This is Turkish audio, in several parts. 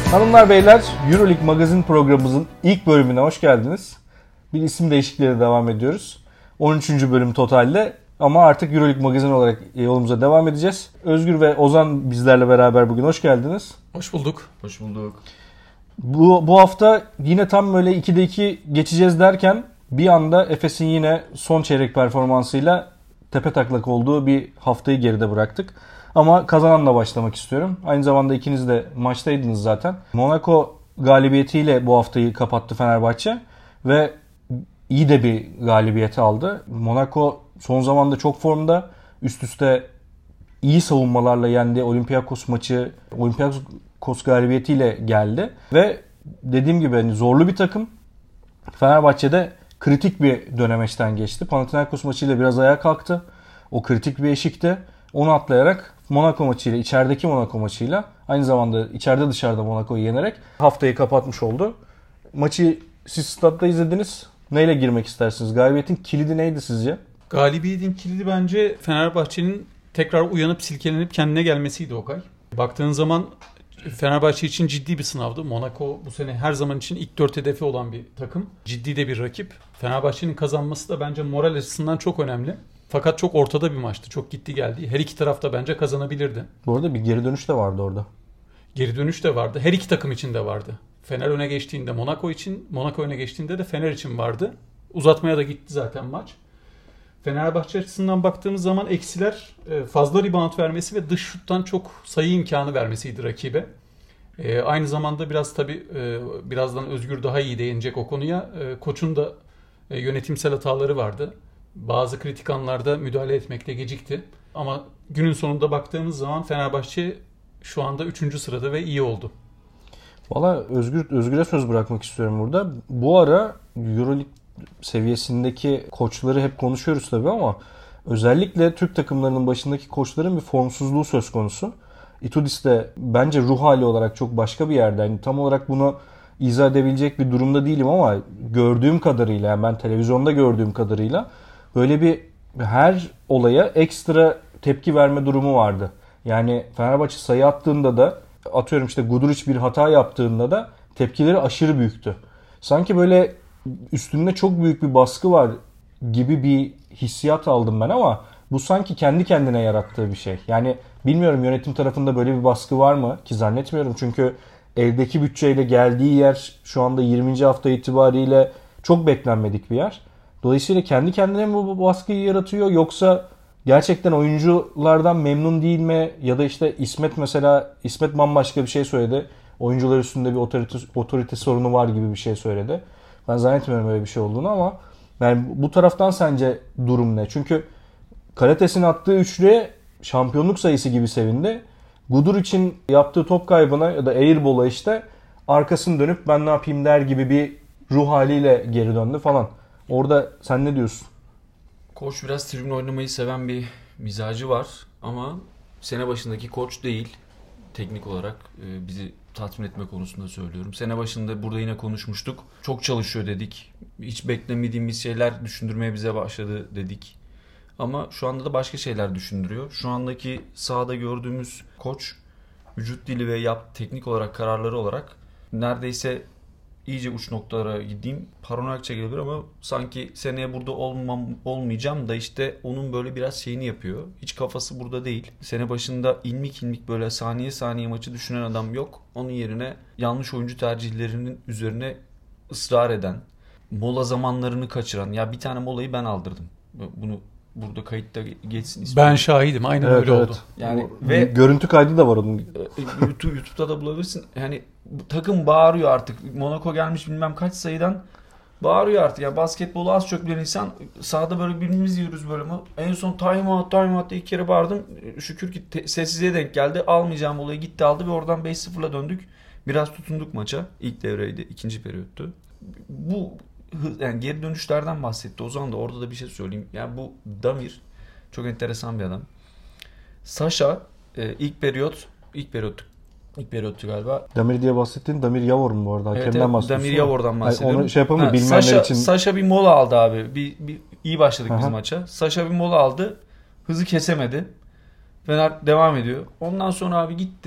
Hanımlar beyler, Euroleague magazin programımızın ilk bölümüne hoş geldiniz. Bir isim değişikliğiyle devam ediyoruz. 13. bölüm totalde ama artık Euroleague magazin olarak yolumuza devam edeceğiz. Özgür ve Ozan bizlerle beraber bugün hoş geldiniz. Hoş bulduk. Hoş bulduk. Bu hafta yine tam böyle 2'de 2 geçeceğiz derken bir anda Efes'in yine son çeyrek performansıyla tepetaklak olduğu bir haftayı geride bıraktık. Ama kazananla başlamak istiyorum. Aynı zamanda ikiniz de maçtaydınız zaten. Monaco galibiyetiyle bu haftayı kapattı Fenerbahçe ve iyi de bir galibiyeti aldı. Monaco son zamanda çok formda. Üst üste iyi savunmalarla yendi. Olympiakos maçı, Olympiakos galibiyetiyle geldi. Ve dediğim gibi hani zorlu bir takım. Fenerbahçe'de kritik bir dönemeçten geçti. Panathinaikos maçıyla biraz ayağa kalktı. O kritik bir eşikte. Onu atlayarak Monaco maçıyla, içerideki Monaco maçıyla aynı zamanda içeride dışarıda Monaco'yu yenerek haftayı kapatmış oldu. Maçı siz stadyumda izlediniz. Neyle girmek istersiniz? Galibiyetin kilidi neydi sizce? Galibiyetin kilidi bence Fenerbahçe'nin tekrar uyanıp silkelenip kendine gelmesiydi Okay. Baktığın zaman Fenerbahçe için ciddi bir sınavdı. Monaco bu sene her zaman için ilk 4 hedefi olan bir takım. Ciddi de bir rakip. Fenerbahçe'nin kazanması da bence moral açısından çok önemli. Fakat çok ortada bir maçtı. Çok gitti geldi. Her iki taraf da bence kazanabilirdi. Bu arada bir geri dönüş de vardı orada. Geri dönüş de vardı. Her iki takım için de vardı. Fener öne geçtiğinde Monaco için, Monaco öne geçtiğinde de Fener için vardı. Uzatmaya da gitti zaten maç. Fenerbahçe açısından baktığımız zaman eksiler fazla rebound vermesi ve dış şuttan çok sayı imkanı vermesiydi rakibe. Aynı zamanda biraz tabii birazdan Özgür daha iyi değinecek o konuya. Koçun da yönetimsel hataları vardı. Bazı kritik anlarda müdahale etmekte gecikti. Ama günün sonunda baktığımız zaman Fenerbahçe şu anda 3. sırada ve iyi oldu. Valla Özgür'e söz bırakmak istiyorum burada. Bu ara Euroleague seviyesindeki koçları hep konuşuyoruz tabii ama özellikle Türk takımlarının başındaki koçların bir formsuzluğu söz konusu. Itudis de bence ruh hali olarak çok başka bir yerde. Yani tam olarak bunu izah edebilecek bir durumda değilim ama gördüğüm kadarıyla, yani ben televizyonda gördüğüm kadarıyla böyle bir her olaya ekstra tepki verme durumu vardı. Yani Fenerbahçe sayı attığında da atıyorum işte Guduric bir hata yaptığında da tepkileri aşırı büyüktü. Sanki böyle üstünde çok büyük bir baskı var gibi bir hissiyat aldım ben ama bu sanki kendi kendine yarattığı bir şey. Yani bilmiyorum yönetim tarafında böyle bir baskı var mı ki zannetmiyorum çünkü eldeki bütçeyle geldiği yer şu anda 20. hafta itibariyle çok beklenmedik bir yer. Dolayısıyla kendi kendine mi bu baskıyı yaratıyor yoksa gerçekten oyunculardan memnun değil mi? Ya da işte İsmet bambaşka bir şey söyledi. Oyuncular üstünde bir otorite sorunu var gibi bir şey söyledi. Ben zannetmiyorum öyle bir şey olduğunu ama yani bu taraftan sence durum ne? Çünkü Kalates'in attığı üçlüye şampiyonluk sayısı gibi sevindi. Guduric'in yaptığı top kaybına ya da airball'a işte arkasını dönüp ben ne yapayım der gibi bir ruh haliyle geri döndü falan. Orada sen ne diyorsun? Koç biraz tribün oynamayı seven bir mizacı var ama sene başındaki koç değil. Teknik olarak bizi tatmin etme konusunda söylüyorum. Sene başında burada yine konuşmuştuk. Çok çalışıyor dedik. Hiç beklemediğimiz şeyler düşündürmeye bize başladı dedik. Ama şu anda da başka şeyler düşündürüyor. Şu andaki sahada gördüğümüz koç vücut dili ve teknik olarak kararları olarak neredeyse iyice uç noktalara gideyim. Paranoyakça gelebilir ama sanki seneye burada olmayacağım da işte onun böyle biraz şeyini yapıyor. Hiç kafası burada değil. Sene başında ilmik böyle saniye saniye maçı düşünen adam yok. Onun yerine yanlış oyuncu tercihlerinin üzerine ısrar eden, mola zamanlarını kaçıran. Ya bir tane molayı ben aldırdım. Bunu burada kayıtta geçsin istiyorum. Ben şahidim. Aynen öyle oldu. Yani ve görüntü kaydı da var onun. YouTube'da da bulabilirsin. Yani takım bağırıyor artık. Monaco gelmiş bilmem kaç sayıdan bağırıyor artık. Ya basketbolu az çok bilen insan sahada böyle birbirimiz yiyoruz böyle. En son time out diye 2 kere bağırdım. Şükür ki sessizliğe denk geldi. Almayacağım olayı gitti aldı ve oradan 5-0'la döndük. Biraz tutunduk maça. İlk devreydi. İkinci periyottu. Bu yani geri dönüşlerden bahsetti. O zaman da orada da bir şey söyleyeyim. Yani bu Damir çok enteresan bir adam. Sasha ilk periyottu galiba. Damir diye bahsettiğin Damir Yavor mu bu arada? Evet, Damir Yavor'dan bahsediyorum. Onu şey yapalım mı bilmeyenler için? Sasha bir mola aldı abi. Bir iyi başladık biz maça. Sasha bir mola aldı. Hızı kesemedi. Fener devam ediyor. Ondan sonra abi gitti.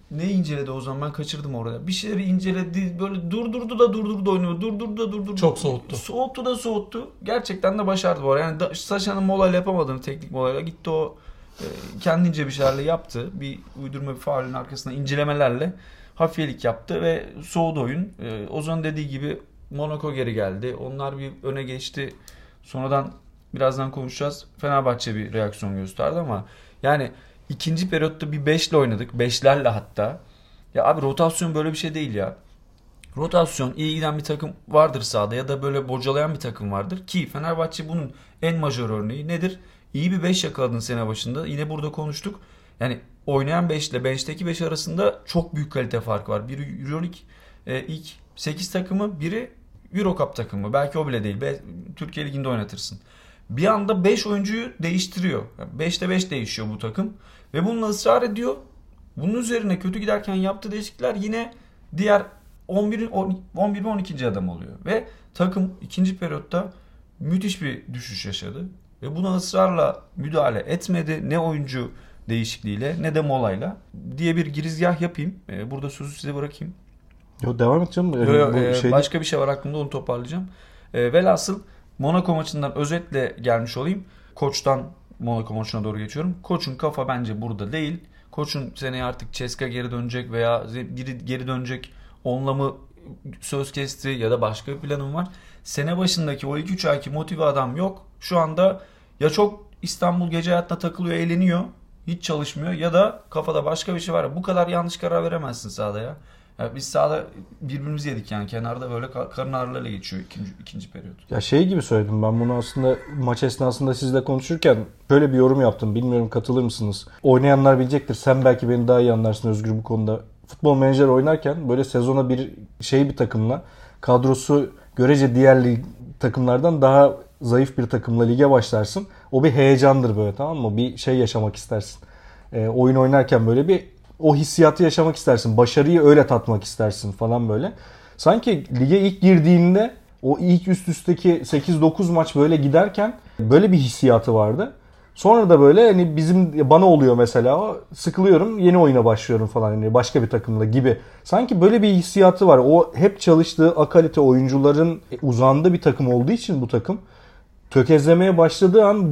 ne inceledi o zaman, ben kaçırdım orada. Bir şeyleri inceledi, böyle durdurdu oyunu. Durdurdu. Çok soğuttu. Soğuttu. Gerçekten de başardı bu arada. Yani Sasha'nın molayla yapamadığını, teknik molayla gitti o kendince bir şeylerle yaptı. Bir uydurma bir faulün arkasında incelemelerle hafiyelik yaptı ve soğudu oyun. Ozan'ın dediği gibi Monaco geri geldi. Onlar bir öne geçti. Sonradan birazdan konuşacağız. Fenerbahçe bir reaksiyon gösterdi ama yani ikinci periyotta bir 5'le oynadık. 5'lerle hatta. Ya abi rotasyon böyle bir şey değil ya. Rotasyon, iyi giden bir takım vardır sahada ya da böyle bocalayan bir takım vardır ki Fenerbahçe bunun en majör örneği nedir? İyi bir 5 yakaladın sene başında. Yine burada konuştuk. Yani oynayan 5 ile bench'teki 5 arasında çok büyük kalite farkı var. Biri Euroleague ilk 8 takımı, biri Eurocup takımı. Belki o bile değil. Türkiye Ligi'nde oynatırsın. Bir anda 5 oyuncuyu değiştiriyor. 5'te 5 değişiyor bu takım. Ve bununla ısrar ediyor. Bunun üzerine kötü giderken yaptığı değişiklikler yine diğer 11 ve 12. adam oluyor. Ve takım ikinci periyotta müthiş bir düşüş yaşadı. Ve buna ısrarla müdahale etmedi. Ne oyuncu değişikliğiyle ne de molayla diye bir girizgah yapayım. Burada sözü size bırakayım. Yo, devam edeceğim. Başka bir şey var aklımda, onu toparlayacağım. Velhasıl Monaco maçından özetle gelmiş olayım. Koç'tan Monaco maçına doğru geçiyorum. Koç'un kafa bence burada değil. Koç'un seneye artık Ceska geri dönecek veya biri geri dönecek, onunla mı söz kesti ya da başka bir planım var. Sene başındaki o 2-3 ayki motive adam yok. Şu anda ya çok İstanbul gece hayatına takılıyor, eğleniyor. Hiç çalışmıyor ya da kafada başka bir şey var. Bu kadar yanlış karar veremezsin sahada ya. Ya biz sahada birbirimizi yedik yani. Kenarda böyle karın ağrılarıyla geçiyor ikinci periyot. Ya şey gibi söyledim ben bunu aslında maç esnasında sizle konuşurken şöyle bir yorum yaptım. Bilmiyorum katılır mısınız? Oynayanlar bilecektir. Sen belki beni daha iyi anlarsın Özgür bu konuda. Futbol menajer oynarken böyle sezona bir takımla, kadrosu görece diğer takımlardan daha zayıf bir takımla lige başlarsın. O bir heyecandır böyle, tamam mı? Bir şey yaşamak istersin. Oyun oynarken böyle bir o hissiyatı yaşamak istersin. Başarıyı öyle tatmak istersin falan böyle. Sanki lige ilk girdiğinde o ilk üst üsteki 8-9 maç böyle giderken böyle bir hissiyatı vardı. Sonra da böyle hani bana oluyor mesela, sıkılıyorum, yeni oyuna başlıyorum falan, hani başka bir takımla gibi. Sanki böyle bir hissiyatı var. O hep çalıştığı akalite oyuncuların uzandığı bir takım olduğu için bu takım tökezlemeye başladığı an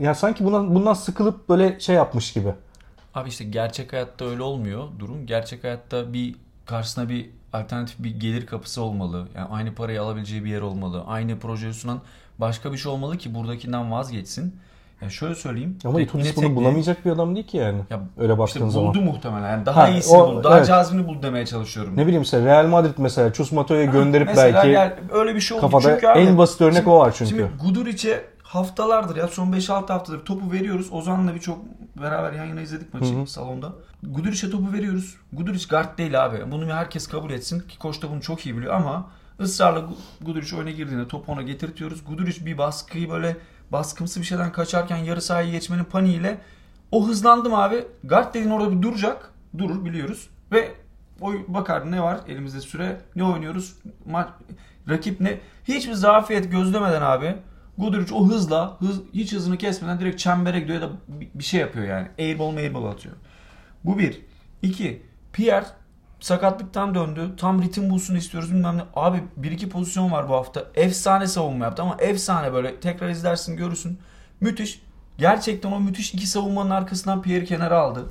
bundan sıkılıp böyle şey yapmış gibi. Abi işte gerçek hayatta öyle olmuyor durum. Gerçek hayatta bir karşısına bir alternatif bir gelir kapısı olmalı. Yani aynı parayı alabileceği bir yer olmalı. Aynı projeyi sunan başka bir şey olmalı ki buradakinden vazgeçsin. Ya şöyle söyleyeyim. Ama İtunis bunu bulamayacak bir adam değil ki yani. Ya öyle baktığın işte zaman. Buldu muhtemelen. Yani daha iyisini buldu. Daha cazibini buldu demeye çalışıyorum. Ne bileyim mesela Real Madrid mesela Chus Mato'ya gönderip belki öyle bir şey oldu. Kafada çünkü abi, en basit örnek o var çünkü. Şimdi Guduric'e haftalardır ya son 5-6 haftadır topu veriyoruz. Ozan'la birçok beraber yan yana izledik maçı salonda. Guduric'e topu veriyoruz. Guduric guard değil abi. Bunu herkes kabul etsin ki koç da bunu çok iyi biliyor ama ısrarla Guduric oyuna girdiğinde topu ona getirtiyoruz. Guduric bir baskıyı böyle baskımsı bir şeyden kaçarken yarı sahayı geçmenin paniğiyle o hızlandım abi. Guard dediğin orada bir duracak. Durur biliyoruz. Ve bakar ne var elimizde süre, ne oynuyoruz, rakip ne. Hiçbir zafiyet gözlemeden abi Guduric o hiç hızını kesmeden direkt çembere gidiyor ya da bir şey yapıyor yani. Airball atıyor. Bu bir. 2. Pierre sakatlıktan döndü. Tam ritim bulsun istiyoruz bilmem ne. Abi 1-2 pozisyon var bu hafta. Efsane savunma yaptı ama efsane, böyle tekrar izlersin görürsün. Müthiş. Gerçekten o müthiş iki savunmanın arkasından Pierre'i kenara aldı.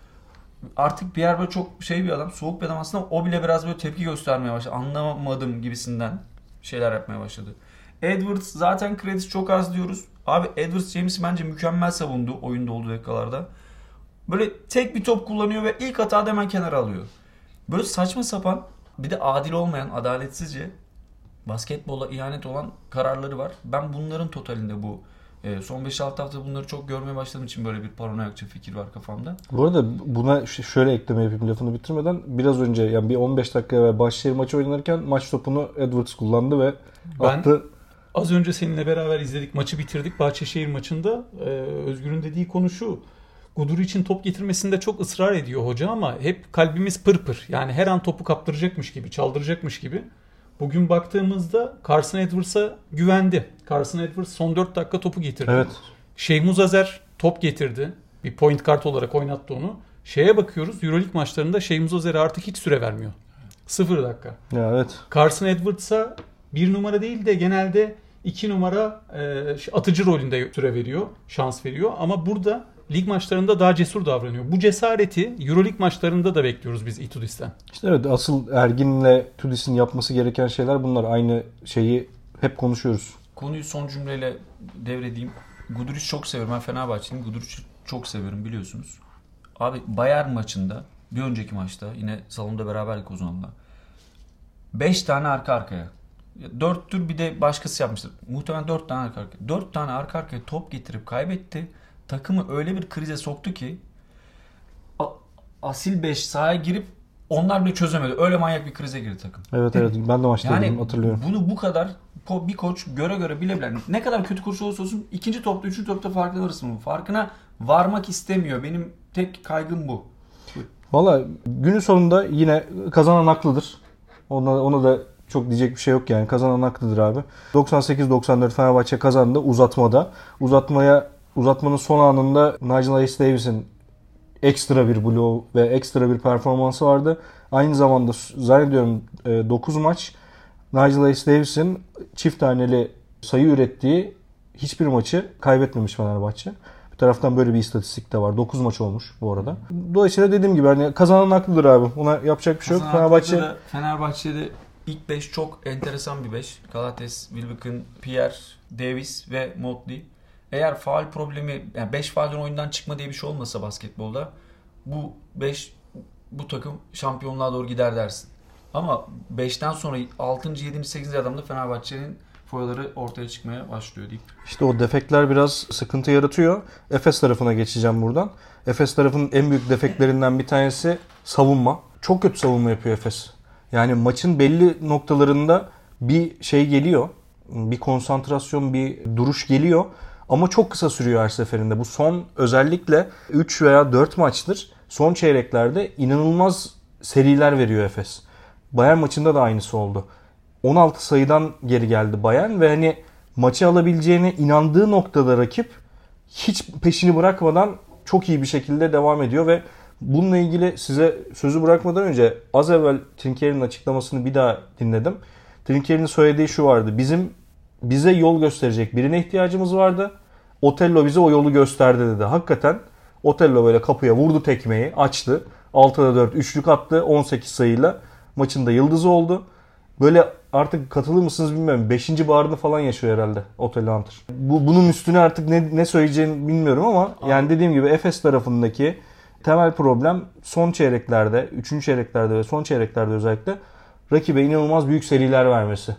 Artık Pierre böyle çok bir adam, soğuk bir adam aslında. O bile biraz böyle tepki göstermeye başladı. Anlamadım gibisinden şeyler yapmaya başladı. Edwards zaten kredisi çok az diyoruz. Abi Edwards James'i bence mükemmel savundu oyunda olduğu dakikalarda. Böyle tek bir top kullanıyor ve ilk hatada hemen kenara alıyor. Böyle saçma sapan, bir de adil olmayan, adaletsizce basketbola ihanet olan kararları var. Ben bunların totalinde bu son 5-6 hafta bunları çok görmeye başladığım için böyle bir paranoyakça fikir var kafamda. Bu arada buna şöyle ekleme yapayım lafını bitirmeden. Biraz önce yani bir 15 dakika evvel Başşehir maçı oynarken maç topunu Edwards kullandı ve attı. Az önce seninle beraber izledik, maçı bitirdik. Bahçeşehir maçında Özgür'ün dediği konu şu. Guduric'in top getirmesinde çok ısrar ediyor hoca ama hep kalbimiz pırpır. Yani her an topu kaptıracakmış gibi, çaldıracakmış gibi. Bugün baktığımızda Carson Edwards'a güvendi. Carson Edwards son 4 dakika topu getirdi. Evet. Şeyh Muzazer top getirdi. Bir point guard olarak oynattı onu. Şeye bakıyoruz, EuroLeague maçlarında Şeyh Zozer'e artık hiç süre vermiyor. 0 dakika. Ya evet. Carson Edwards'a 1 numara değil de genelde 2 numara atıcı rolünde süre veriyor, şans veriyor. Ama burada lig maçlarında daha cesur davranıyor. Bu cesareti EuroLeague maçlarında da bekliyoruz biz Itudis'ten. İşte evet, asıl Ergin'le Itudis'in yapması gereken şeyler bunlar. Aynı şeyi hep konuşuyoruz. Konuyu son cümleyle devredeyim. Guduric'i çok seviyorum. Ben Fenerbahçeliyim. Guduric'i çok seviyorum biliyorsunuz. Abi Bayern maçında bir önceki maçta yine salonda beraberdik o zamanla. 5 tane arka arkaya. 4 tür bir de başkası yapmıştır. Muhtemelen 4 tane arka arkaya. 4 tane arka arkaya top getirip kaybetti. Takımı öyle bir krize soktu ki Asil 5 sahaya girip onlar bile çözemedi. Öyle manyak bir krize girdi takım. Evet ben de maçtaydım, yani hatırlıyorum. Bunu bu kadar bir koç göre bile ne kadar kötü koç olursa olsun ikinci topta, üçüncü topta farkına varırsın mı? Farkına varmak istemiyor. Benim tek kaygım bu. Valla günün sonunda yine kazanan haklıdır. Ona da çok diyecek bir şey yok yani. Kazanan haklıdır abi. 98-94 Fenerbahçe kazandı uzatmada. Uzatmanın son anında Nigel Hayes-Davis'in ekstra bir bloğu ve ekstra bir performansı vardı. Aynı zamanda zannediyorum 9 maç Nigel Hayes-Davis'in çift taneli sayı ürettiği hiçbir maçı kaybetmemiş Fenerbahçe. Bir taraftan böyle bir istatistik de var. 9 maç olmuş bu arada. Dolayısıyla dediğim gibi hani kazanan haklıdır abi. Ona yapacak bir şey yok. Fenerbahçe'de ilk 5 çok enteresan bir 5. Galates, Wilbekin, Pierre, Davis ve Motley. Eğer faul problemi, yani 5 faulden oyundan çıkma diye bir şey olmasa basketbolda bu 5 bu takım şampiyonluğa doğru gider dersin. Ama 5'ten sonra 6. 7. 8. adamda Fenerbahçe'nin foyaları ortaya çıkmaya başlıyor deyip. İşte o defekler biraz sıkıntı yaratıyor. Efes tarafına geçeceğim buradan. Efes tarafının en büyük defeklerinden bir tanesi savunma. Çok kötü savunma yapıyor Efes. Yani maçın belli noktalarında bir şey geliyor. Bir konsantrasyon, bir duruş geliyor. Ama çok kısa sürüyor her seferinde. Bu son özellikle 3 veya 4 maçtır. Son çeyreklerde inanılmaz seriler veriyor Efes. Bayern maçında da aynısı oldu. 16 sayıdan geri geldi Bayern ve hani maçı alabileceğine inandığı noktada rakip hiç peşini bırakmadan çok iyi bir şekilde devam ediyor ve bununla ilgili size sözü bırakmadan önce az evvel Trinker'in açıklamasını bir daha dinledim. Trinker'in söylediği şu vardı. Bize yol gösterecek birine ihtiyacımız vardı. Otello bize o yolu gösterdi dedi. Hakikaten Otello böyle kapıya vurdu tekmeyi, açtı. 6'da 4 üçlük attı 18 sayıyla. Maçın da yıldızı oldu. Böyle artık katılır mısınız bilmiyorum. 5. bağrını falan yaşıyor herhalde Otello Hunter. Bunun üstüne artık ne söyleyeceğini bilmiyorum ama yani dediğim gibi Efes tarafındaki temel problem son çeyreklerde, 3. çeyreklerde ve son çeyreklerde özellikle rakibe inanılmaz büyük seriler vermesi.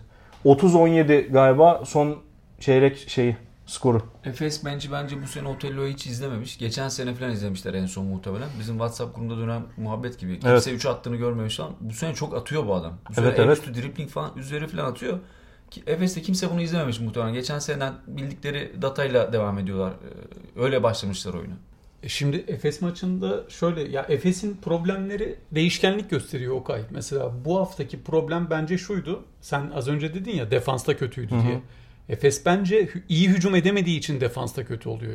30-17 galiba son çeyrek skoru. Efes bence bu sene Otello'yu hiç izlememiş. Geçen sene falan izlemişler en son muhtemelen. Bizim WhatsApp grubunda dönen muhabbet gibi. Kimse 3 attığını görmemiş falan. Bu sene çok atıyor bu adam. Bu sene el üstü dribbling falan üzeri falan atıyor. Ki Efes'te kimse bunu izlememiş muhtemelen. Geçen seneden bildikleri datayla devam ediyorlar. Öyle başlamışlar oyunu. Şimdi Efes maçında şöyle ya Efes'in problemleri değişkenlik gösteriyor Okay. Mesela bu haftaki problem bence şuydu. Sen az önce dedin ya defansta kötüydü diye. Hı hı. Efes bence iyi hücum edemediği için defansta kötü oluyor.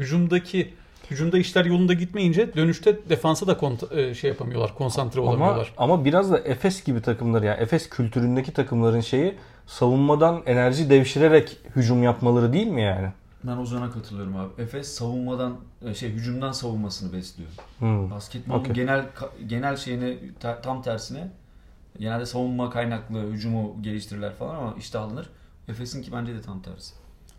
Hücumda işler yolunda gitmeyince dönüşte defansa da yapamıyorlar, konsantre olamıyorlar. Ama biraz da Efes gibi takımlar yani Efes kültüründeki takımların savunmadan enerji devşirerek hücum yapmaları değil mi yani? Ben Ozan'a katılıyorum abi. Efes savunmadan hücumdan savunmasını besliyor. Basketbolun genel şeyini tam tersine genelde savunma kaynaklı hücumu geliştirirler falan ama iştahlanır. Efes'inki bence de tam tersi.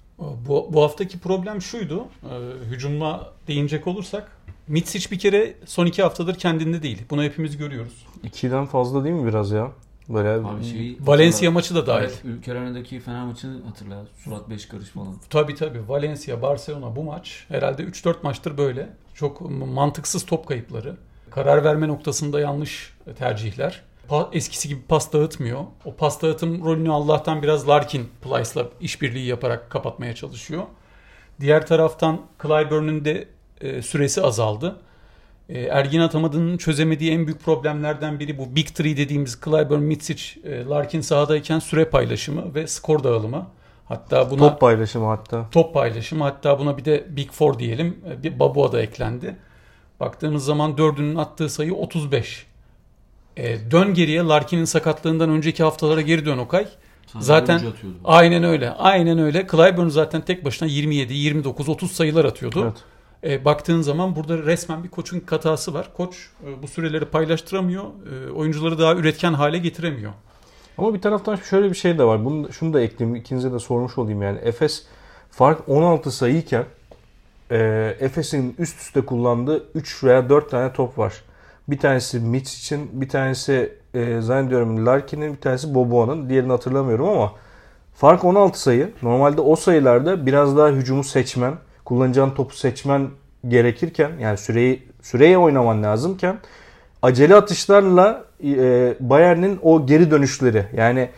Bu haftaki problem şuydu. Hücuma değinecek olursak Mitsic bir kere son 2 haftadır kendinde değil. Bunu hepimiz görüyoruz. 2'den fazla değil mi biraz ya? Böyle abi Valencia maçı da dahil. Ülker Arena'daki Fener maçını hatırla. Surat 5 karış falan. Tabii. Valencia, Barcelona bu maç. Herhalde 3-4 maçtır böyle. Çok mantıksız top kayıpları. Karar verme noktasında yanlış tercihler. Eskisi gibi pas dağıtmıyor. O pas dağıtım rolünü Allah'tan biraz Larkin Plyce'la işbirliği yaparak kapatmaya çalışıyor. Diğer taraftan Clyburn'un de süresi azaldı. Ergin Atamadın'ın çözemediği en büyük problemlerden biri bu Big Three dediğimiz Clyburn, Mitsic, Larkin sahadayken süre paylaşımı ve skor dağılımı. Hatta buna top paylaşımı hatta buna bir de Big Four diyelim. Bir Babua da eklendi. Baktığımız zaman dördünün attığı sayı 35. Dön geriye, Larkin'in sakatlığından önceki haftalara geri dön Okay. Zaten aynen öyle. Aynen öyle. Clyburn zaten tek başına 27, 29, 30 sayılar atıyordu. Evet. Baktığın zaman burada resmen bir koçun hatası var. Koç bu süreleri paylaştıramıyor. Oyuncuları daha üretken hale getiremiyor. Ama bir taraftan şöyle bir şey de var. Şunu da ekleyeyim. İkinize de sormuş olayım yani. Efes fark 16 sayıyken Efes'in üst üste kullandığı 3 veya 4 tane top var. Bir tanesi Mitch için, bir tanesi zannediyorum Larkin'in, bir tanesi Boboa'nın. Diğerini hatırlamıyorum ama fark 16 sayı. Normalde o sayılarda biraz daha hücumu seçmen, kullanacağın topu seçmen gerekirken, yani süreye oynaman lazımken acele atışlarla Bayern'in o geri dönüşleri, yani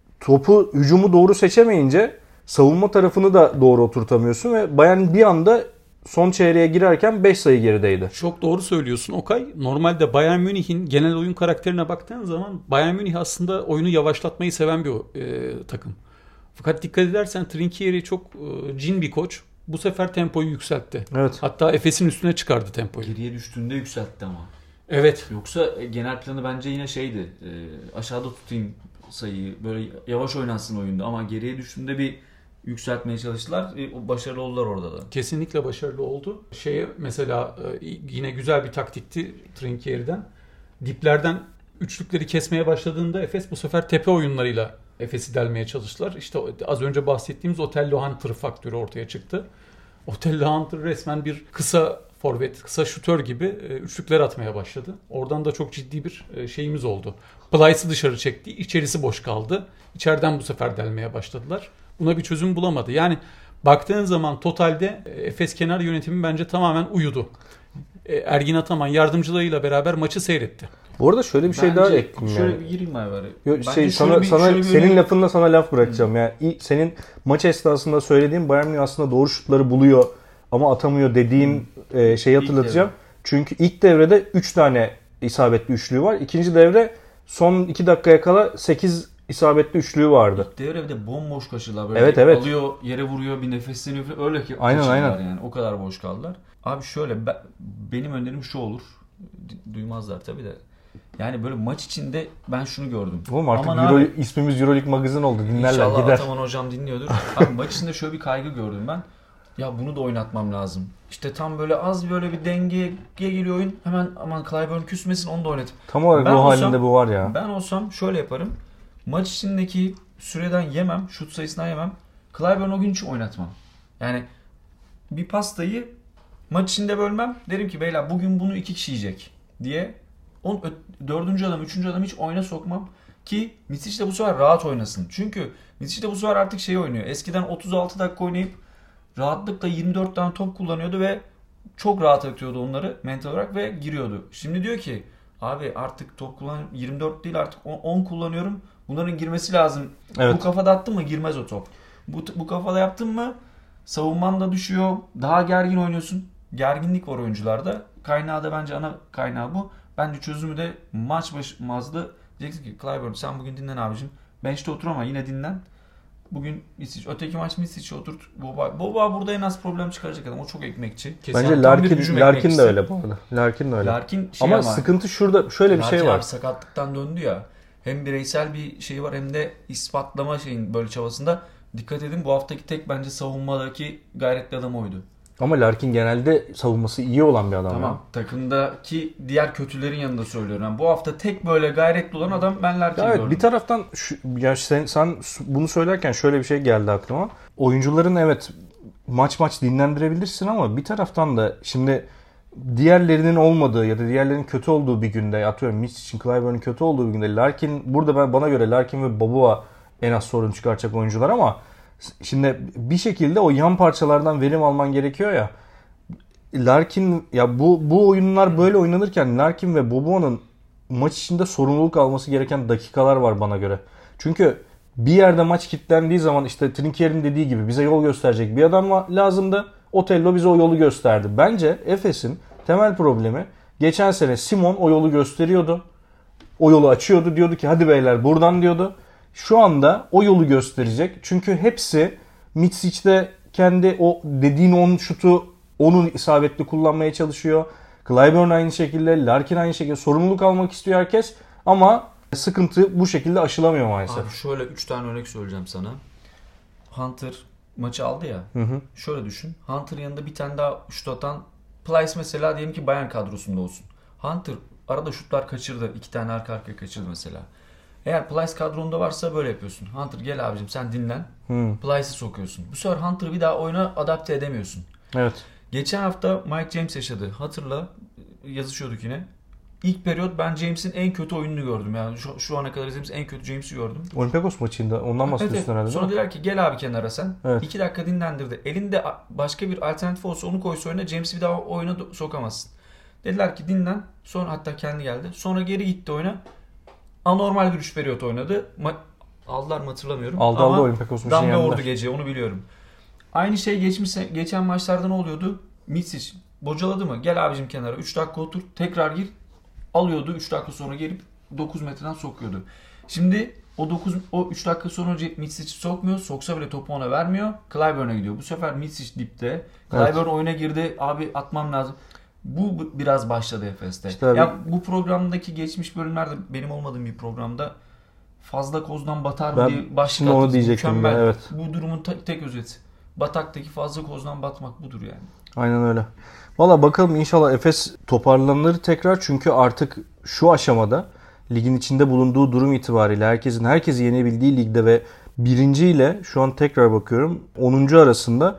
hücumu doğru seçemeyince savunma tarafını da doğru oturtamıyorsun ve Bayern bir anda son çeyreğe girerken 5 sayı gerideydi. Çok doğru söylüyorsun Okay. Normalde Bayern Münih'in genel oyun karakterine baktığın zaman Bayern Münih aslında oyunu yavaşlatmayı seven bir takım. Fakat dikkat edersen Trinchieri çok cin bir koç. Bu sefer tempoyu yükseltti. Evet. Hatta Efes'in üstüne çıkardı tempoyu. Geriye düştüğünde yükseltti ama. Evet. Yoksa genel planı bence yine şeydi. Aşağıda tutayım sayıyı. Böyle yavaş oynansın oyunda ama geriye düştüğünde bir yükseltmeye çalıştılar. Başarılı oldular orada da. Kesinlikle başarılı oldu. Mesela yine güzel bir taktikti Trinchieri'den. Diplerden üçlükleri kesmeye başladığında Efes bu sefer tepe oyunlarıyla Efes'i delmeye çalıştılar. İşte az önce bahsettiğimiz Otello Hunter faktörü ortaya çıktı. Otello Hunter resmen bir kısa forvet, kısa şutör gibi üçlükler atmaya başladı. Oradan da çok ciddi bir şeyimiz oldu. Plyce'ı dışarı çekti, içerisi boş kaldı. İçeriden bu sefer delmeye başladılar. Buna bir çözüm bulamadı. Yani baktığın zaman totalde Efes kenar yönetimi bence tamamen uyudu. Ergin Ataman yardımcılarıyla beraber maçı seyretti. Bu arada şöyle bir şey daha ekleyeyim. Şöyle bir gireyim bari. Senin lafınla sana laf bırakacağım. Yani senin maç esnasında söylediğin Bayern Münih aslında doğru şutları buluyor ama atamıyor dediğin şeyi hatırlatacağım. Çünkü ilk devrede 3 tane isabetli üçlüğü var. İkinci devre son 2 dakikaya kala 8 isabetli üçlüğü vardı. İlk devre bir de bomboş kaçırdılar. Böyle evet. Alıyor, yere vuruyor, bir nefesleniyor falan. Öyle ki aynen. yani. O kadar boş kaldılar. Abi şöyle benim önerim şu olur. Duymazlar tabii de. Yani böyle maç içinde ben şunu gördüm. Oğlum artık ismimiz Euroleague Magazin oldu. Dinlerler İnşallah gider. Ataman hocam dinliyordur. Abi maç içinde şöyle bir kaygı gördüm ben. Ya bunu da oynatmam lazım. İşte tam böyle az böyle bir dengeye geliyor oyun. Hemen aman Clyburn küsmesin, onu da oynatayım. Tam olarak o halinde bu var ya. Ben olsam şöyle yaparım. Maç içindeki süreden yemem, şut sayısından yemem. Clyburn o gün hiç oynatmam. Yani bir pastayı maç içinde bölmem. Derim ki beyler bugün bunu 2 kişi yiyecek diye. 4. adam, 3. adam hiç oyuna sokmam. Ki Micic de bu sefer rahat oynasın. Çünkü Micic de bu sefer artık oynuyor. Eskiden 36 dakika oynayıp rahatlıkla 24 tane top kullanıyordu ve çok rahat atıyordu onları mental olarak ve giriyordu. Şimdi diyor ki abi artık top kullan 24 değil artık 10 kullanıyorum. Bunların girmesi lazım. Evet. Bu kafada attın mı girmez o top. Bu kafada yaptın mı savunman da düşüyor. Daha gergin oynuyorsun. Gerginlik var oyuncularda. Kaynağı da bence ana kaynağı bu. Bence çözümü de maç bazlı. Diyeceksin ki Clyburn sen bugün dinlen abicim. Bench'te otur ama yine dinlen. Bugün Micic. Öteki maç Misic'i oturt. Boba burada en az problem çıkaracak adam. O çok ekmekçi. Bence Larkin de öyle bu arada. Larkin de öyle. Ama sıkıntı şurada şöyle bir şey var. Larkin sakatlıktan döndü ya. Hem bireysel bir şey var hem de ispatlama böyle çabasında. Dikkat edin bu haftaki tek bence savunmadaki gayretli adam oydu. Ama Larkin genelde savunması iyi olan bir adam. Tamam. Takımdaki diğer kötülerin yanında söylüyorum. Yani bu hafta tek böyle gayretli olan adam ben Larkin gördüm. Evet, bir taraftan sen bunu söylerken şöyle bir şey geldi aklıma. Oyuncuların evet maç dinlendirebilirsin ama bir taraftan da şimdi diğerlerinin olmadığı ya da diğerlerinin kötü olduğu bir günde, atıyorum Mitch için Clyburn'un kötü olduğu bir günde bana göre Larkin ve Boboa en az sorun çıkaracak oyuncular ama şimdi bir şekilde o yan parçalardan verim alman gerekiyor ya. Larkin ya bu oyunlar böyle oynanırken Larkin ve Boboa'nın maç içinde sorumluluk alması gereken dakikalar var bana göre. Çünkü bir yerde maç kilitlendiği zaman işte Trinchieri'nin dediği gibi bize yol gösterecek bir adam lazımdı. Otello bize o yolu gösterdi. Bence Efes'in temel problemi geçen sene Simon o yolu gösteriyordu. O yolu açıyordu. Diyordu ki hadi beyler buradan diyordu. Şu anda o yolu gösterecek. Çünkü hepsi Micic'te kendi o dediğin 10 şutu onun isabetli kullanmaya çalışıyor. Clyburn aynı şekilde, Larkin aynı şekilde sorumluluk almak istiyor herkes ama sıkıntı bu şekilde aşılamıyor maalesef. Abi şöyle 3 tane örnek söyleyeceğim sana. Hunter maçı aldı ya. Hı. Şöyle düşün. Hunter'ın yanında bir tane daha şut atan Plyce mesela diyelim ki Bayern kadrosunda olsun. Hunter arada şutlar kaçırdı. 2 tane arka arkaya kaçırdı mesela. Eğer Plyce kadronda varsa böyle yapıyorsun. Hunter gel abicim sen dinlen. Plyce'i sokuyorsun. Bu sefer Hunter'ı bir daha oyuna adapte edemiyorsun. Evet. Geçen hafta Mike James yaşadı. Hatırla, yazışıyorduk yine. İlk periyot ben James'in en kötü oyununu gördüm. Yani şu ana kadar izlediğimiz en kötü James'i gördüm. Olympiakos maçında ondan bahsediyorsun herhalde. Sonra dediler ki gel abi kenara sen. Evet. 2 dakika dinlendirdi. Elinde başka bir alternatif olsa onu koysa oyuna James'i bir daha oyuna sokamazsın. Dediler ki dinlen. Sonra hatta kendi geldi. Sonra geri gitti oyuna. Anormal bir 3 periyot oynadı. Aldılar mı hatırlamıyorum. Aldı Olympiakos maçını damga yendiler. vurdu gece, onu biliyorum. Aynı şey geçen maçlarda ne oluyordu? Mitsic bocaladı mı? Gel abicim kenara 3 dakika otur, tekrar gir. Alıyordu 3 dakika sonra gelip 9 metreden sokuyordu. Şimdi o 3 dakika sonra Mitsic sokmuyor. Soksa bile topu ona vermiyor. Clyburn'a gidiyor. Bu sefer Mitsic dipte. Clyburn oyuna girdi. Abi atmam lazım. Bu biraz başladı Efes'te. İşte ya bu programdaki geçmiş bölümlerde benim olmadığım bir programda fazla kozdan batar mı diye başlık onu attınız. diyecektim. Mükemmel. Evet. Bu durumun tek özeti. Bataktaki fazla kozdan batmak budur yani. Aynen öyle. Valla bakalım inşallah Efes toparlanır tekrar çünkü artık şu aşamada ligin içinde bulunduğu durum itibariyle herkesi yenebildiği ligde ve birinci ile şu an tekrar bakıyorum 10. arasında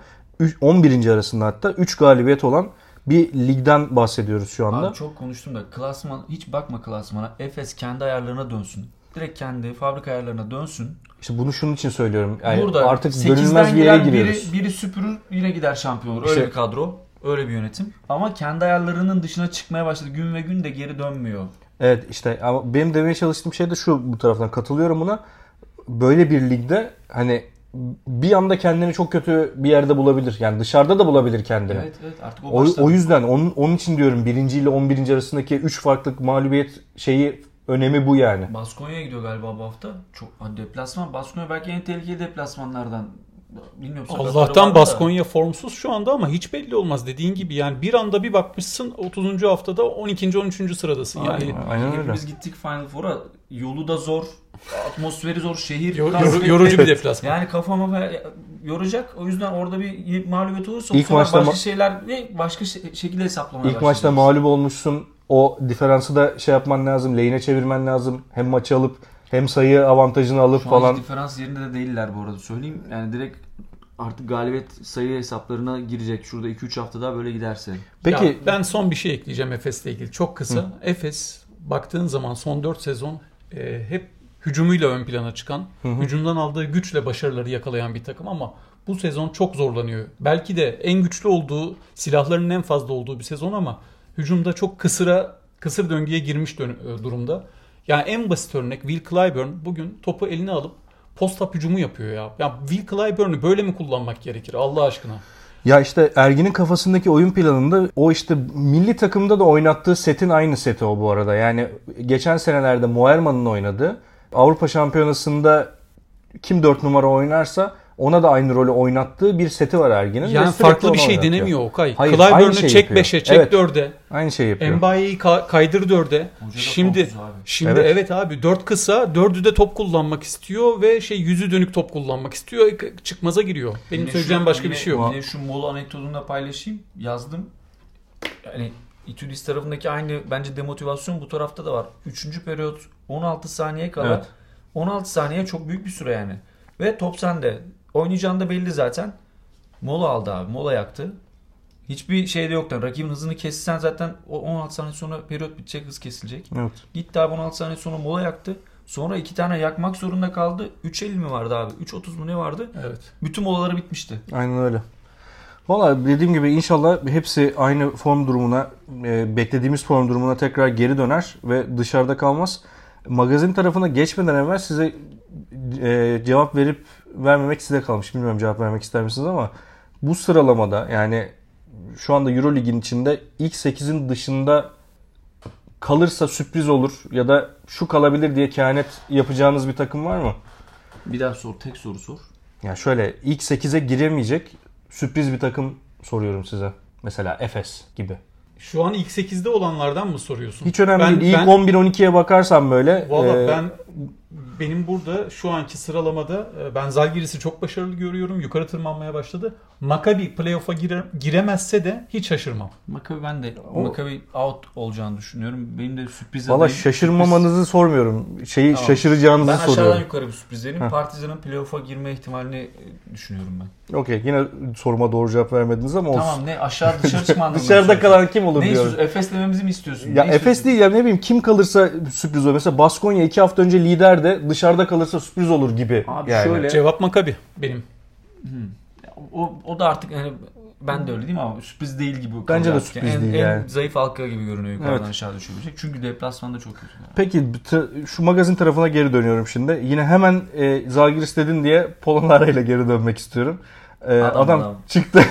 11. arasında hatta 3 galibiyet olan bir ligden bahsediyoruz şu anda. Abi çok konuştum da klasman, hiç bakma klasmana. Efes kendi ayarlarına dönsün. Direkt kendi fabrika ayarlarına dönsün. İşte bunu şunun için söylüyorum. Yani burada artık dönülmez bir yere giriyoruz. Biri süpürür yine gider şampiyon olur. Öyle İşte, bir kadro. Öyle bir yönetim. Ama kendi ayarlarının dışına çıkmaya başladı. Gün ve gün de geri dönmüyor. Evet işte ama benim demeye çalıştığım şey de şu, bu taraftan katılıyorum buna. Böyle bir ligde hani bir anda kendini çok kötü bir yerde bulabilir. Yani dışarıda da bulabilir kendini. Evet artık o başladı. O yüzden onun için diyorum 1. ile 11. arasındaki 3 farklı mağlubiyet önemi bu yani. Baskonya'ya gidiyor galiba bu hafta. Çok deplasman. Baskonya belki en tehlikeli deplasmanlardan. Bilmiyorum. Allah'tan Baskonya formsuz şu anda ama hiç belli olmaz dediğin gibi yani bir anda bir bakmışsın 30. haftada 12. 13. sıradasın yani. Aynen hepimiz gittik Final Four'a. Yolu da zor, atmosferi zor, şehir yorucu bir deplasman. Yani kafama yoracak. O yüzden orada bir mağlubiyet olursa İlk maçta başka şeyler ve başka şekilde hesaplamaya başlayacağız. İlk maçta mağlup olmuşsun. O diferansı da yapman lazım. Lehine çevirmen lazım. Hem maçı alıp hem sayı avantajını alıp şu falan. Şu an diferans yerinde de değiller bu arada söyleyeyim. Yani direkt artık galibiyet sayı hesaplarına girecek. Şurada 2-3 hafta daha böyle giderse. Peki ya ben son bir şey ekleyeceğim Efes'le ilgili. Çok kısa. Efes baktığın zaman son 4 sezon hep hücumuyla ön plana çıkan, hücumdan aldığı güçle başarıları yakalayan bir takım ama bu sezon çok zorlanıyor. Belki de en güçlü olduğu, silahlarının en fazla olduğu bir sezon ama hücumda çok kısır döngüye girmiş durumda. Yani en basit örnek Will Clyburn bugün topu eline alıp post-up hücumu yapıyor ya. Ya Will Clyburn'u böyle mi kullanmak gerekir Allah aşkına? Ya işte Ergin'in kafasındaki oyun planında o işte milli takımda da oynattığı setin aynı seti o bu arada. Yani geçen senelerde Moerman'ın oynadığı Avrupa Şampiyonası'nda kim 4 numara oynarsa ona da aynı rolü oynattığı bir seti var Ergin'in. Yani farklı bir şey denemiyor Okay. Hayır, Clyburn'u şey çek 5'e, çek evet, 4'e. Aynı şey yapıyor. Mbaye'yi kaydır 4'e. Şimdi evet abi 4 kısa, 4'ü de top kullanmak istiyor ve yüzü dönük top kullanmak istiyor. Çıkmaza giriyor. Benim yine söyleyeceğim başka bir şey yok. Yine şu Molo anekdotunu da paylaşayım. Yazdım. Yani İtudis tarafındaki aynı bence demotivasyon bu tarafta da var. 3. periyot 16 saniye kala. Evet. 16 saniye çok büyük bir süre yani. Ve top sende. Oynayacağın da belli zaten. Mola aldı abi. Mola yaktı. Hiçbir şey de yoktu. Rakibin hızını kessen zaten 16 saniye sonra periyot bitecek, hız kesilecek. Evet. Gitti abi 16 saniye sonra mola yaktı. Sonra 2 tane yakmak zorunda kaldı. 3.50 mi vardı abi? 3.30 mu ne vardı? Evet. Bütün molaları bitmişti. Aynen öyle. Valla dediğim gibi inşallah hepsi aynı form durumuna, beklediğimiz form durumuna tekrar geri döner ve dışarıda kalmaz. Magazin tarafına geçmeden evvel size cevap verip vermemek size kalmış. Bilmiyorum cevap vermek ister misiniz ama bu sıralamada yani şu anda Eurolig'in içinde ilk 8'in dışında kalırsa sürpriz olur ya da şu kalabilir diye kehanet yapacağınız bir takım var mı? Bir daha sor. Tek soru sor. Yani şöyle ilk 8'e giremeyecek sürpriz bir takım soruyorum size. Mesela Efes gibi. Şu an ilk 8'de olanlardan mı soruyorsun? Hiç önemli değil. İlk 11-12'ye bakarsan böyle. Valla benim burada şu anki sıralamada ben Zalgiris'i çok başarılı görüyorum. Yukarı tırmanmaya başladı. Maccabi playoff'a giremezse de hiç şaşırmam. Ben de Maccabi out olacağını düşünüyorum. Benim de sürpriz Valla şaşırmamanızı sormuyorum. Şaşıracağınızı soruyorum. Ben aşağıdan yukarı bir sürpriz vereyim. Partizan'ın playoff'a girme ihtimalini düşünüyorum ben. Okey. Yine soruma doğru cevap vermediniz ama olsun. Tamam, ne aşağı dışarı çıkma anlamında. Dışarıda kalan kim olur ne diyorum. Efes dememizi mi istiyorsun? Ya Efes değil ya, ne bileyim, kim kalırsa sürpriz olur. Mesela Baskonya 2 hafta önce lider de dışarıda kalırsa sürpriz olur gibi. Abi yani. şöyle. Cevap Maccabi benim. O da artık hani ben de öyle değil mi, ama sürpriz değil gibi. Bence de sürpriz değil yani. En zayıf halka gibi görünüyor yukarıdan aşağı düşebilecek. Çünkü deplasmanda çok kötü. Yani. Peki şu magazin tarafına geri dönüyorum şimdi. Yine hemen Zalgiris dedin diye Polonara ile geri dönmek istiyorum. Adam çıktı.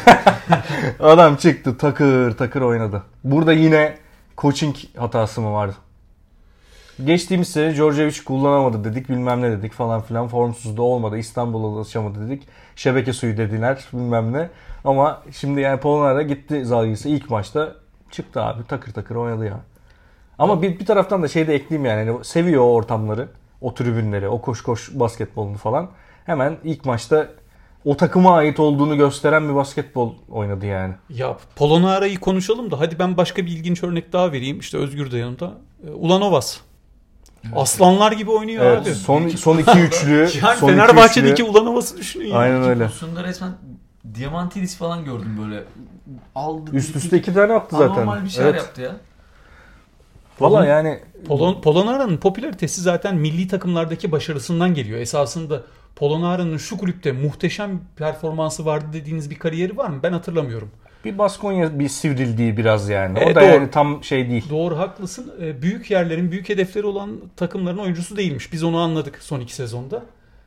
Adam çıktı, takır takır oynadı. Burada yine coaching hatası mı vardı? Geçtiğimiz sene Djordjevic kullanamadı dedik, bilmem ne dedik falan filan, formsuz da olmadı, İstanbul'a alışamadı dedik, şebeke suyu dediler bilmem ne. Ama şimdi yani Polonara gitti Zalgiris'e, ilk maçta çıktı abi, takır takır oynadı ya. Ama bir taraftan da şey de ekleyeyim yani, seviyor o ortamları, o tribünleri, o koş koş basketbolunu falan. Hemen ilk maçta o takıma ait olduğunu gösteren bir basketbol oynadı yani. Ya Polonara'yı konuşalım da hadi ben başka bir ilginç örnek daha vereyim. İşte Özgür de yanımda. Ulanovas. Evet. Aslanlar gibi oynuyor abi. Son iki üçlü. Yani Fenerbahçe'deki Ulanovas'ı düşünün ya. Aynen öyle. Pozisyonda resmen Diamantidis falan gördüm böyle. Aldı. Üst üste 2 tane attı zaten. Normal bir şeyler yaptı ya. Valla yani Polonara'nın popülaritesi zaten milli takımlardaki başarısından geliyor. Esasında Polonara'nın şu kulüpte muhteşem performansı vardı dediğiniz bir kariyeri var mı? Ben hatırlamıyorum. Bir Baskonya bir sivrildiği biraz yani. O da doğru. Yani tam şey değil. Doğru, haklısın. Büyük yerlerin, büyük hedefleri olan takımların oyuncusu değilmiş. Biz onu anladık son 2 sezonda.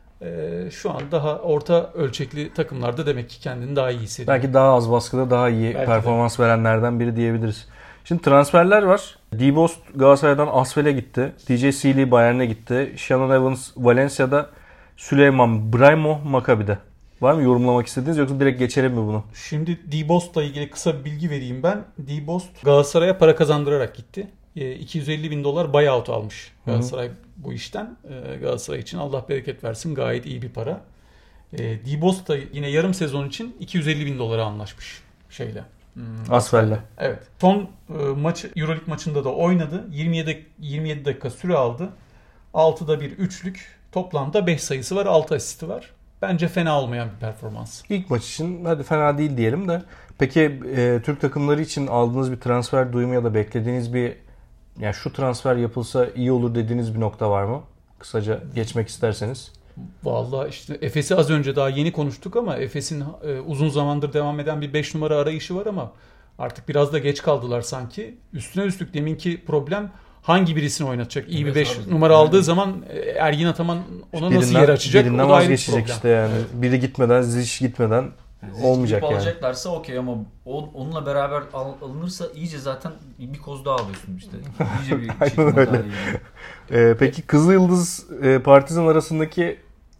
Şu an daha orta ölçekli takımlarda demek ki kendini daha iyi hissediyor. Belki daha az baskıda daha iyi performans verenlerden biri diyebiliriz. Şimdi transferler var. D-Bost Galatasaray'dan Asvel'e gitti. DJ Sealy Bayern'e gitti. Shannon Evans Valencia'da. Süleyman Brahimo Maccabi'de. Var mı yorumlamak istediğiniz, yoksa direkt geçelim mi bunu? Şimdi D-Bost'la ilgili kısa bir bilgi vereyim ben. D-Bost Galatasaray'a para kazandırarak gitti. $250.000 buyout almış Galatasaray bu işten. Galatasaray için Allah bereket versin, gayet iyi bir para. D-Bost da yine yarım sezon için $250.000 anlaşmış şeyle. Asfel'le. Evet. Son maç Euroleague maçında da oynadı. 27 dakika süre aldı. 6'da bir üçlük. Toplamda 5 sayısı var, 6 asisti var. Bence fena olmayan bir performans. İlk maç için hadi fena değil diyelim de. Peki Türk takımları için aldığınız bir transfer duyumu ya da beklediğiniz bir, yani şu transfer yapılsa iyi olur dediğiniz bir nokta var mı? Kısaca geçmek isterseniz. Vallahi işte Efes'i az önce daha yeni konuştuk ama Efes'in uzun zamandır devam eden bir 5 numara arayışı var ama artık biraz da geç kaldılar sanki. Üstüne üstlük deminki problem hangi birisini oynatacak? İyi bir 5 numara aldığı zaman Ergin Ataman ona nasıl yer açacak? Birinden vazgeçecek işte yani. Evet. Biri gitmeden, Ziş gitmeden olmayacak yani. Alacaklarsa okey, ama onunla beraber alınırsa iyice zaten bir koz daha alıyorsun işte. İyice bir aynen öyle. Peki Kızılyıldız Partizan arasındaki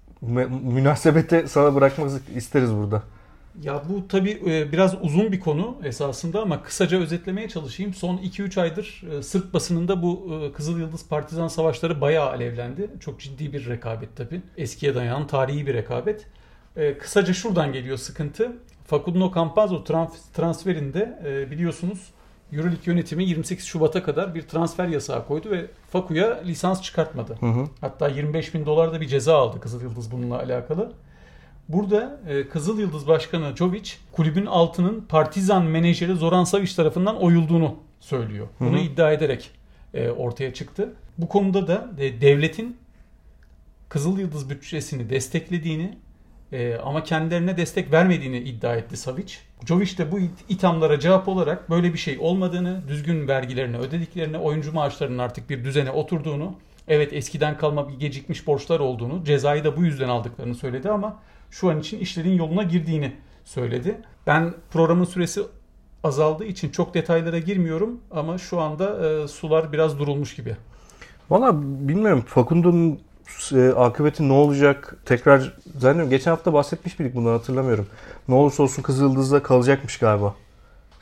münasebeti sana bırakmak isteriz burada. Ya bu tabii biraz uzun bir konu esasında ama kısaca özetlemeye çalışayım. Son 2-3 aydır Sırp basınında bu Kızılyıldız Partizan savaşları bayağı alevlendi. Çok ciddi bir rekabet tabii. Eskiye dayanan tarihi bir rekabet. Kısaca şuradan geliyor sıkıntı. Facundo Campazzo transferinde biliyorsunuz Euroleague yönetimi 28 Şubat'a kadar bir transfer yasağı koydu ve Facu'ya lisans çıkartmadı. Hatta $25.000 da bir ceza aldı Kızılyıldız bununla alakalı. Burada Kızılyıldız Başkanı Jovic kulübün altının Partizan menajeri Zoran Savic tarafından oyulduğunu söylüyor. Bunu iddia ederek ortaya çıktı. Bu konuda da devletin Kızılyıldız bütçesini desteklediğini ama kendilerine destek vermediğini iddia etti Savic. Jovic de bu ithamlara cevap olarak böyle bir şey olmadığını, düzgün vergilerini ödediklerini, oyuncu maaşlarının artık bir düzene oturduğunu, evet eskiden kalma bir gecikmiş borçlar olduğunu, cezayı da bu yüzden aldıklarını söyledi ama şu an için işlerin yoluna girdiğini söyledi. Ben programın süresi azaldığı için çok detaylara girmiyorum ama şu anda sular biraz durulmuş gibi. Valla bilmiyorum. Facundo'nun akıbeti ne olacak? Tekrar zannediyorum. Geçen hafta bahsetmiş miydik bundan, hatırlamıyorum. Ne olursa olsun Kızılyıldız'da kalacakmış galiba.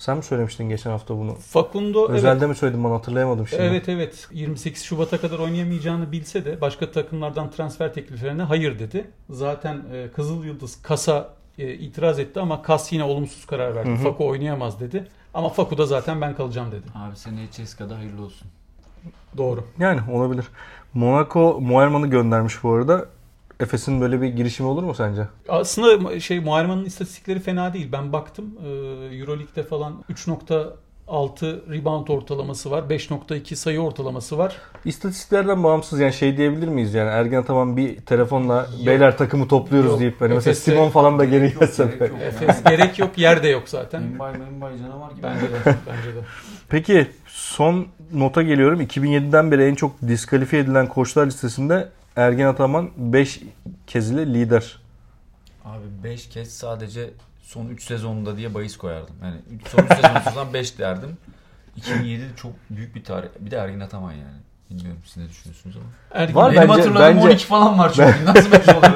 Sen mi söylemiştin geçen hafta bunu? Facundo Özelde mi söyledin bana, hatırlayamadım şimdi. Evet. 28 Şubat'a kadar oynayamayacağını bilse de başka takımlardan transfer tekliflerine hayır dedi. Zaten Kızıl Yıldız Kas'a itiraz etti ama Kas yine olumsuz karar verdi. Facu oynayamaz dedi. Ama Facu da zaten ben kalacağım dedi. Abi seneye CSKA'da hayırlı olsun. Doğru. Yani olabilir. Monaco Moerman'ı göndermiş bu arada. Efes'in böyle bir girişimi olur mu sence? Aslında Moerman'ın istatistikleri fena değil. Ben baktım. Euroleague'de falan 3.6 rebound ortalaması var. 5.2 sayı ortalaması var. İstatistiklerden bağımsız yani şey diyebilir miyiz yani Ergen Ataman bir telefonla beyler takımı topluyoruz Yok. deyip hani mesela Efes'te Simon falan da geri gelse. Efes gerek yok, yer de yok zaten. Mbay canavar gibi. Bence de. Peki son nota geliyorum. 2007'den beri en çok diskalifiye edilen koçlar listesinde Ergen Ataman 5 kez ile lider. Abi 5 kez sadece son 3 sezonunda diye bahis koyardım. Yani son 3 sezonundan 5 derdim. 2007 çok büyük bir tarih. Bir de Ergin Ataman yani. Bilmiyorum siz ne düşünüyorsunuz ama. Ergin, Var Benim bence- hatırladığım bence- 12 falan var çünkü. Nasıl 5 oluyor?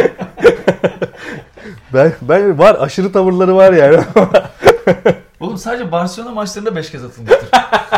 Ben var aşırı tavırları var yani. Oğlum sadece Barcelona maçlarında 5 kez atılmıştır.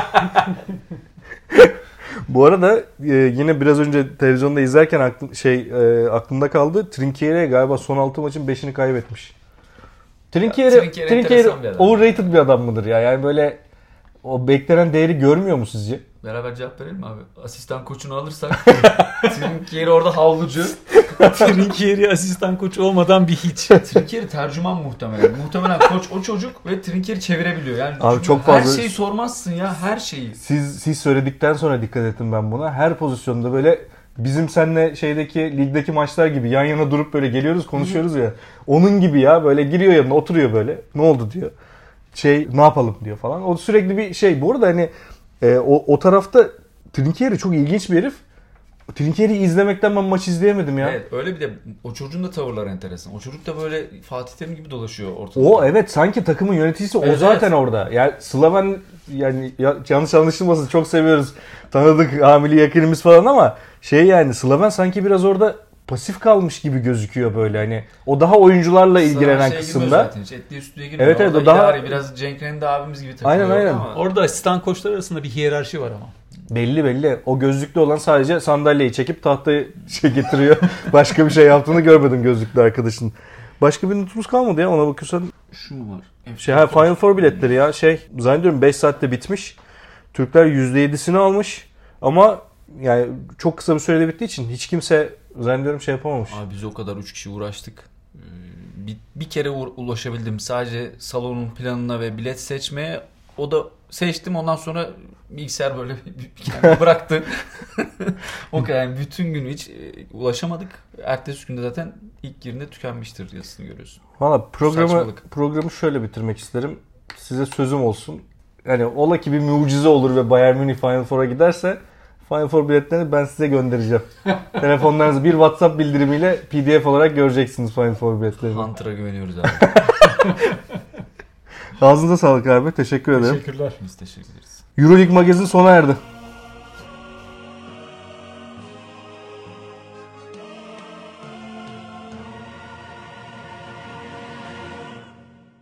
Bu arada yine biraz önce televizyonda izlerken aklımda kaldı. Trinkieri galiba son 6 maçın 5'ini kaybetmiş. Trinkieri enteresan bir adam. overrated bir adam mıdır ya? Yani böyle o beklenen değeri görmüyor mu sizce? Beraber cevap verelim mi abi? Asistan koçunu alırsak. Trinkieri orada havlucu. Trinkieri asistan koçu olmadan bir hiç. Trinkieri tercüman muhtemelen. Muhtemelen koç o çocuk ve Trinkieri çevirebiliyor. Yani Abi çünkü çok fazla- her şeyi sormazsın ya, her şeyi. Siz söyledikten sonra dikkat ettim ben buna. Her pozisyonda böyle bizim seninle ligdeki maçlar gibi yan yana durup böyle geliyoruz konuşuyoruz ya. Onun gibi ya böyle giriyor yanına oturuyor böyle. Ne oldu diyor. Ne yapalım diyor falan. O sürekli bir şey. Bu arada hani o tarafta Trinkieri çok ilginç bir herif. Trinkieri'yi izlemekten ben maç izleyemedim ya. Evet, öyle bir de o çocuğun da tavırları enteresan. O çocuk da böyle Fatih Terim gibi dolaşıyor ortada. O evet sanki takımın yöneticisi o Evet, zaten evet. orada. Yani Slaven yani yanlış anlaşılmasın çok seviyoruz. Tanıdık hamili yakınımız falan ama yani Slaven sanki biraz orada pasif kalmış gibi gözüküyor böyle hani. O daha oyuncularla ilgilenen kısımda. Zaten. Hiç etliye sütlüye girmiyor. Evet, evet, Orada o daha- idari, biraz Cenk Rendi abimiz gibi takılıyor. Aynen. Ama Orada asistan koçlar arasında bir hiyerarşi var ama. Belli. O gözlüklü olan sadece sandalyeyi çekip tahtayı getiriyor. Başka bir şey yaptığını görmedim gözlüklü arkadaşın. Başka bir notumuz kalmadı ya ona bakıyorsan. şu mu var? Final Four biletleri ya zannediyorum 5 saatte bitmiş. Türkler %7'sini almış ama yani çok kısa bir sürede bittiği için hiç kimse zannediyorum yapamamış. Abi biz o kadar 3 kişi uğraştık. Bir kere ulaşabildim sadece salonun planına ve bilet seçmeye. O da seçtim, ondan sonra bilgisayar böyle kendini bıraktı. O kadar yani bütün gün hiç ulaşamadık. Ertesi günde zaten ilk yerinde tükenmiştir yazısını görüyorsun. Valla Saçmalık. programı şöyle bitirmek isterim. Size sözüm olsun. Yani ola ki bir mucize olur ve Bayern Münih Final Four'a giderse Final Four biletlerini ben size göndereceğim. Telefonlarınızı bir WhatsApp bildirimiyle PDF olarak göreceksiniz Final Four biletlerini. Hunter'a güveniyoruz abi. Ağzınıza sağlık abi. Teşekkür ederim. Teşekkürler. Biz teşekkür ederiz. Euroleague magazin sona erdi.